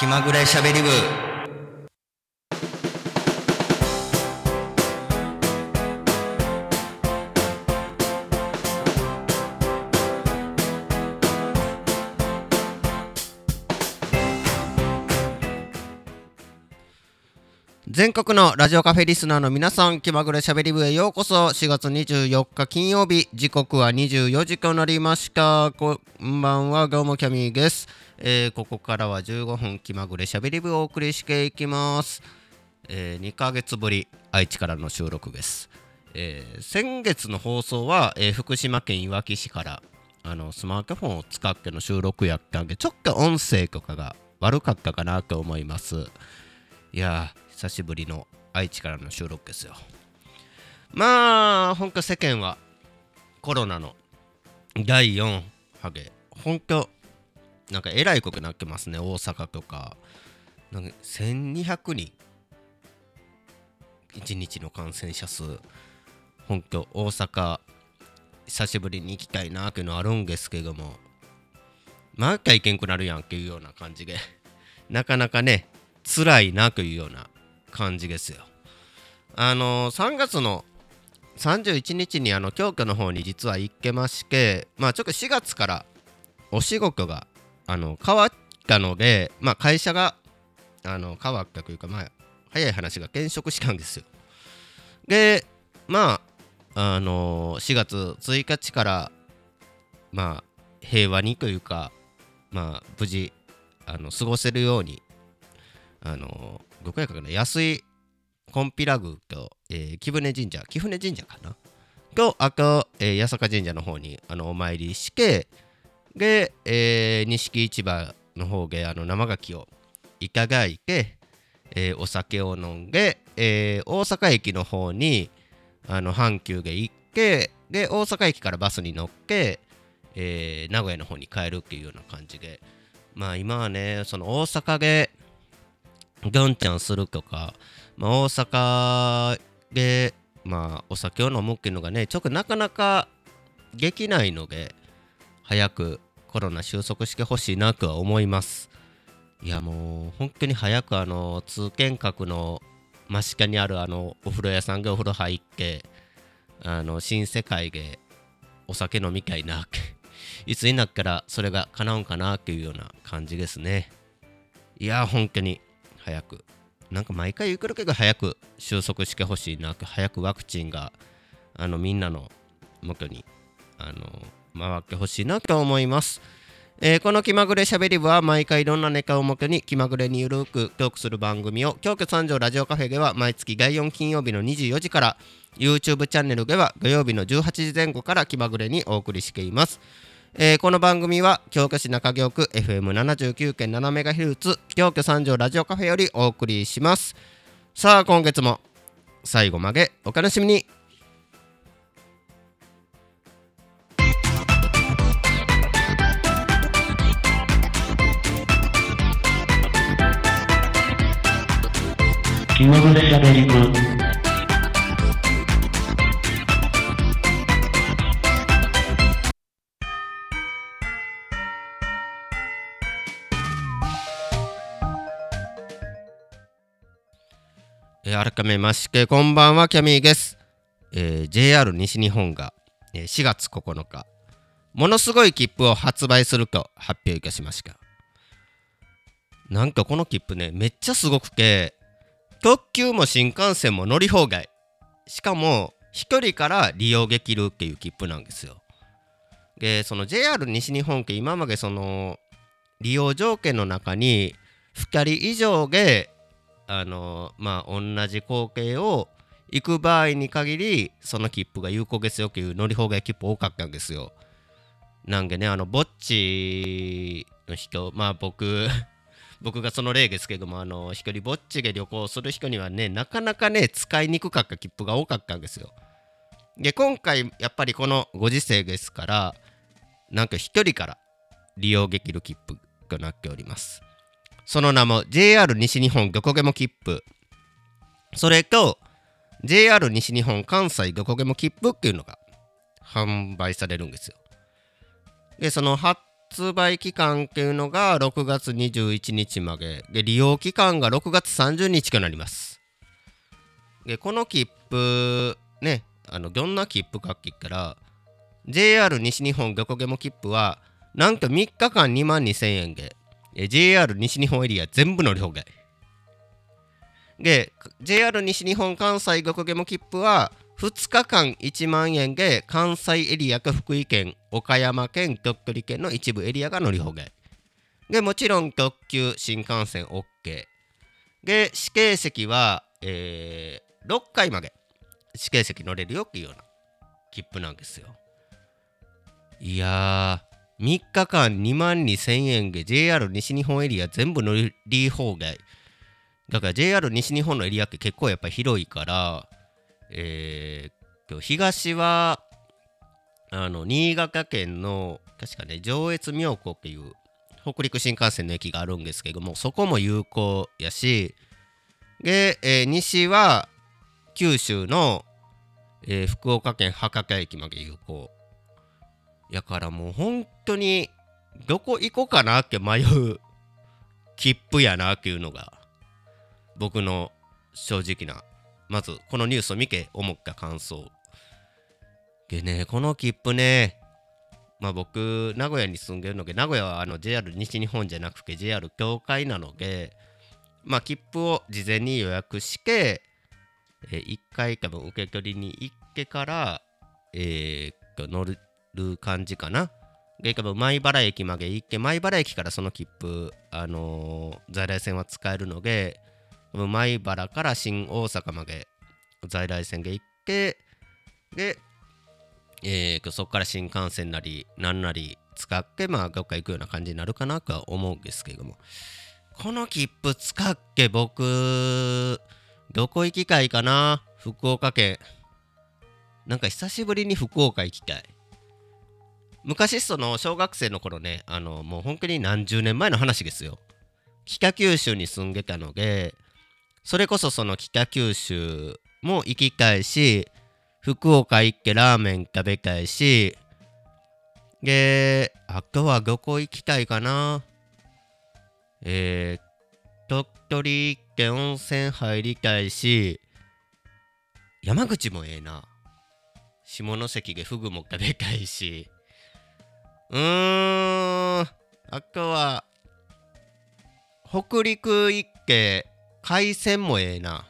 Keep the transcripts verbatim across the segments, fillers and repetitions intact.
気まぐれしゃべり部。全国のラジオカフェリスナーの皆さん、気まぐれしゃべり部へようこそ。しがつにじゅうよっか金曜日、時刻はにじゅうよじとなりました。こんばんは、どうもキャミーです。えー、ここからはじゅうごふん気まぐれしゃべり部をお送りしていきます。えー、にかげつぶり、愛知からの収録です。えー、先月の放送は、えー、福島県いわき市からあのスマートフォンを使っての収録やったんで、ちょっと音声とかが悪かったかなと思います。いやー、久しぶりの愛知からの収録ですよ。まあ本当世間はコロナのだいよん波で本当なんかえらいことになってますね。大阪とかなんかせんにひゃくにんいちにちの感染者数。本当大阪久しぶりに行きたいなっていうのあるんですけども、毎回行けんくなるやんっていうような感じでなかなかね辛いなというような感じですよ。あのー、さんがつのさんじゅういちにちにあの京都の方に実は行けまして、まあちょっとしがつからお仕事があの変わったので、まあ会社があの変わったというか、まあ早い話が転職したんですよ。でまああのー、しがつついたちからまあ平和にというか、まあ無事あの過ごせるようにあのー、どこやかな、安いコンピラ宮と、えー、貴船神社、貴船神社かなと、あと、えー、八坂神社の方にあのお参りして、で、えー、錦市場の方であの生牡蠣をいただいて、えー、お酒を飲んで、えー、大阪駅の方にあの阪急で行って、で、大阪駅からバスに乗って、えー、名古屋の方に帰るっていうような感じで、まあ今はね、その大阪でどんちゃんするとか、まあ、大阪で、まあ、お酒を飲むっていうのがねちょっとなかなかできないので、早くコロナ収束してほしいなとは思います。いやもう本当に早くあの通天閣の真下にあるあのお風呂屋さんでお風呂入ってあの新世界でお酒飲みたいないつになったらそれが叶うんかなっていうような感じですね。いや本当に早く、なんか毎回言うけど早く収束してほしいな、早くワクチンがあのみんなの元にあの回ってほしいなと思います。えー、この気まぐれしゃべり部は毎回いろんなネタをもとに気まぐれにゆるくトークする番組を、京都三条ラジオカフェでは毎月だいよん金曜日のにじゅうよじから、 YouTube チャンネルでは土曜日のじゅうはちじぜん後から気まぐれにお送りしています。えー、この番組は京都市中京区 エフエムななじゅうきゅうてんななメガヘルツ 京都三条ラジオカフェよりお送りします。さあ今月も最後までお楽しみに。 気まぐれしゃべり部。 えー、改めましてこんばんは、キャミーです。えー、ジェイアール 西日本が、えー、しがつここのかものすごい切符を発売すると発表いたしました。なんかこの切符ねめっちゃすごくて、特急も新幹線も乗り放題、しかもひとりから利用できるっていう切符なんですよ。でその ジェイアール 西日本って今までその利用条件の中にふたり以上であのまあ同じ光景を行く場合に限りその切符が有効ですよっていう乗り放題切符多かったんですよ。なんでね、あのぼっちの人、まあ僕僕がその例ですけども、あの一人ぼっちで旅行する人にはねなかなかね使いにくかった切符が多かったんですよ。で今回やっぱりこのご時世ですから、なんか一人から利用できる切符となっております。その名も ジェイアール 西日本どこでも切符、それと ジェイアール 西日本関西どこでも切符っていうのが販売されるんですよ。でその発発売期間っていうのがろくがつにじゅういちにちまでで、利用期間がろくがつさんじゅうにちとなります。でこの切符ね、あのどんな切符かって言ったら ジェイアール 西日本横ゲモ切符はなんとみっかかんにまんにせんえんで ジェイアール 西日本エリア全部乗り放題で、 ジェイアール 西日本関西横ゲモ切符はふつかかんいちまんえんで関西エリアか福井県、岡山県、鳥取県の一部エリアが乗り放題で、もちろん特急新幹線 OK で、指定席は、えーろっかいまで指定席乗れるよっていうような切符なんですよ。いやー、みっかかんにまんにせんえんで ジェイアール 西日本エリア全部乗り放題だから ジェイアール 西日本のエリアって結構やっぱり広いから、えー、今日東はあの新潟県の確かね上越妙高っていう北陸新幹線の駅があるんですけども、そこも有効やしで、えー、西は九州の、えー、福岡県博多駅まで有効やからもう本当にどこ行こうかなって迷う切符やなっていうのが僕の正直なまずこのニュースを見て思った感想でね、この切符ね、まあ僕名古屋に住んでるので、名古屋はあの ジェイアール 西日本じゃなくて ジェイアール 境界なので、まあ切符を事前に予約してえー、いっかい多分受け取りに行ってから、えー、乗る感じかな。で、多分米原駅まで行って、米原駅からその切符、あのー、在来線は使えるので、米原から新大阪まで在来線で行って、で、えー、そこから新幹線なり何なり使って、まあ、どっか行くような感じになるかなとは思うんですけれども、この切符使って僕、どこ行きたいかな。福岡県。なんか久しぶりに福岡行きたい。昔その小学生の頃ね、あのもう本当に何十年前の話ですよ。北九州に住んでたので、それこそその北九州も行きたいし、福岡行ってラーメン食べたいし、で、あとはどこ行きたいかな。えー、鳥取行って温泉入りたいし、山口もええな。下関でフグも食べたいし、うーん、あとは北陸行って海鮮もええな。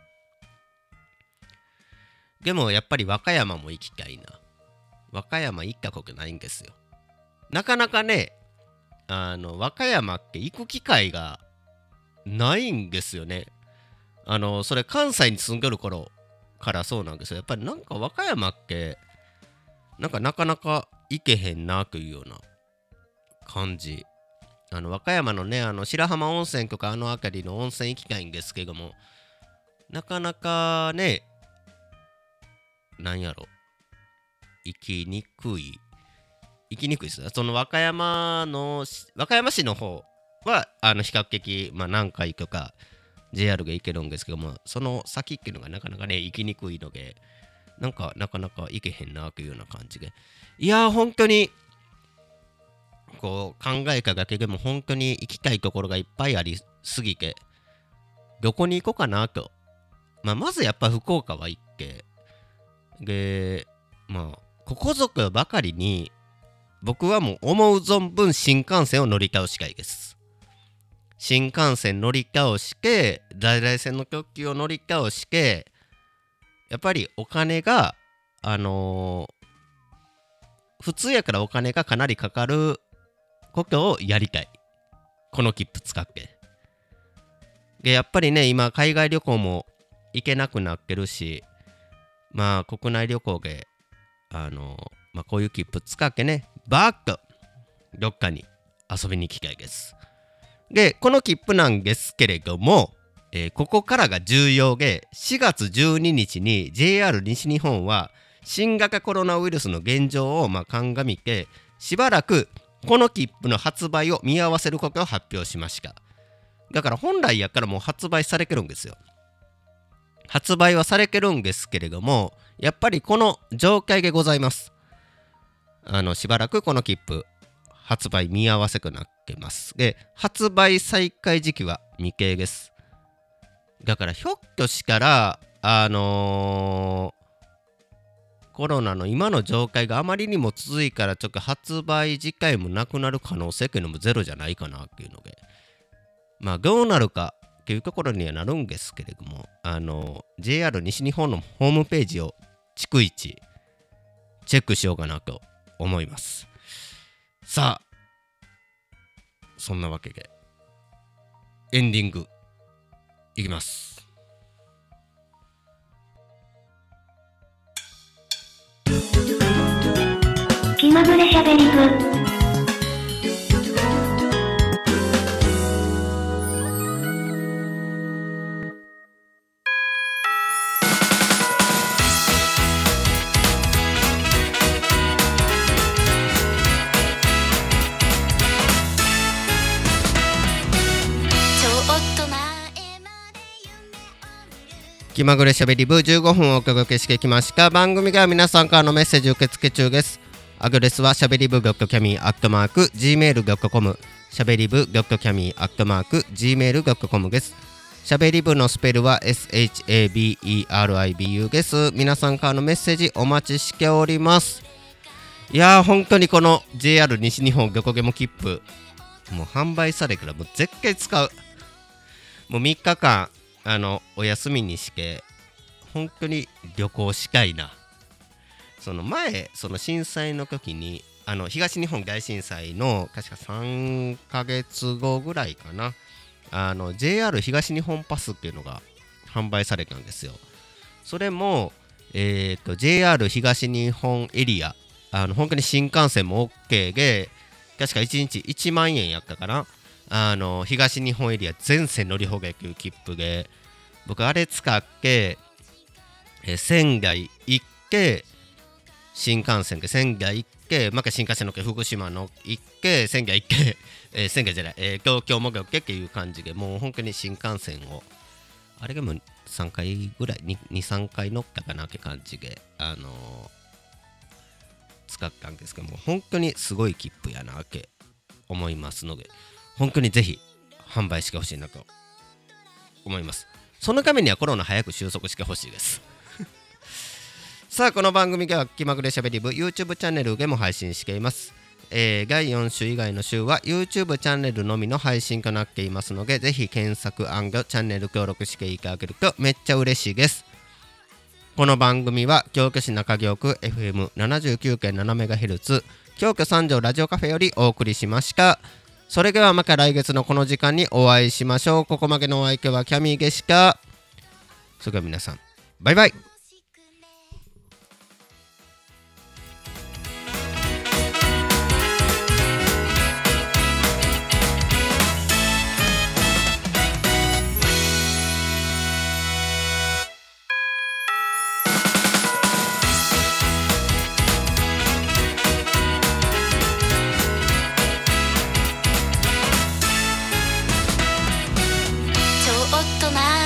でもやっぱり和歌山も行きたいな。和歌山行ったことないんですよ。なかなかね、あの和歌山って行く機会がないんですよね。あのそれ関西に住んでる頃からそうなんですよ。やっぱりなんか和歌山ってなんかなかなか行けへんなというような感じ。あの和歌山のね、あの白浜温泉とかあの辺りの温泉行きたいんですけども、なかなかね、なんやろ、行きにくい行きにくいです。その和歌山の和歌山市の方はあの比較的、まあ、何回とか ジェイアール が行けるんですけども、その先っていうのがなかなかね行きにくいので、なんかなかなか行けへんなというような感じで、いやー本当にこう考えただけでも本当に行きたいところがいっぱいありすぎて、どこに行こうかなと、まあ、まずやっぱ福岡は行ってで、まあここぞくばかりに僕はもう思う存分新幹線を乗り倒したいです。新幹線乗り倒して在来線の特急を乗り倒して、やっぱりお金があのー、普通やからお金がかなりかかることをやりたい。この切符使ってで、やっぱりね今海外旅行も行けなくなってるし、まあ国内旅行であのー、まあこういう切符使ってねバーッとどっかに遊びに行きたいです。でこの切符なんですけれども、えー、ここからが重要で、しがつじゅうににちに ジェイアール 西日本は新型コロナウイルスの現状をまあ鑑みて、しばらくこの切符の発売を見合わせることを発表しました。だから本来やからもう発売されてるんですよ。発売はされてるんですけれども、やっぱりこの状態でございます。あのしばらくこの切符発売見合わせとなってます。で、発売再開時期は未定です。だからひょっとしたらあのー、コロナの今の状態があまりにも続いからちょっと発売自体もなくなる可能性っていうのもゼロじゃないかなっていうので、まあどうなるかっていうところにはなるんですけれども、あのー、ジェイアール 西日本のホームページを逐一チェックしようかなと思います。さあ、そんなわけでエンディングいきます。 気まぐれしゃべり部。 気まぐれしゃべり部じゅうごふんお届けしてきました。番組では皆さんからのメッセージ受付中です。アドレスはしゃべり部 .kami アットマーク ジーメールドットコム しゃべり部 .kami アットマーク ジーメールドットコム です。しゃべり部のスペルは エスエイチエービーイーアールアイビーユー です。皆さんからのメッセージお待ちしております。いやー本当にこの ジェイアール 西日本横ゲモ切符もう販売されからもう絶対使う。もうみっかかんあのお休みにして本当に旅行したいな。その前その震災の時にあの東日本大震災の確かさんかげつごぐらいかな、あの ジェイアール 東日本パスっていうのが販売されたんですよ。それもえっと ジェイアール 東日本エリア、あの本当に新幹線も OK で確かいちにちいちまんえんやったかな。あの東日本エリア全線乗り放題という切符で、僕あれ使ってえ仙台行って新幹線で仙台行ってまた新幹線乗って福島の行って仙台行って、えー、仙台じゃない、えー、東京も行ってっていう感じで、もう本当に新幹線をあれでもさんかいぐらい にさんかい乗ったかなって感じで、あのー、使ったんですけども、本当にすごい切符やなって思いますので、本当にぜひ販売してほしいなと思います。そのためにはコロナ早く収束してほしいですさあこの番組では気まぐれしゃべり部 YouTube チャンネルでも配信しています。えー、だいよん週以外の週は YouTube チャンネルのみの配信となっていますので、ぜひ検索&チャンネル登録していただけるとめっちゃ嬉しいです。この番組は京都市中京区 エフエムななじゅうきゅうてんななメガヘルツ 京都三条ラジオカフェよりお送りしました。それではまた来月のこの時間にお会いしましょう。ここまでのお相手はキャミーでした。それでは皆さんバイバイ。 ちょっと待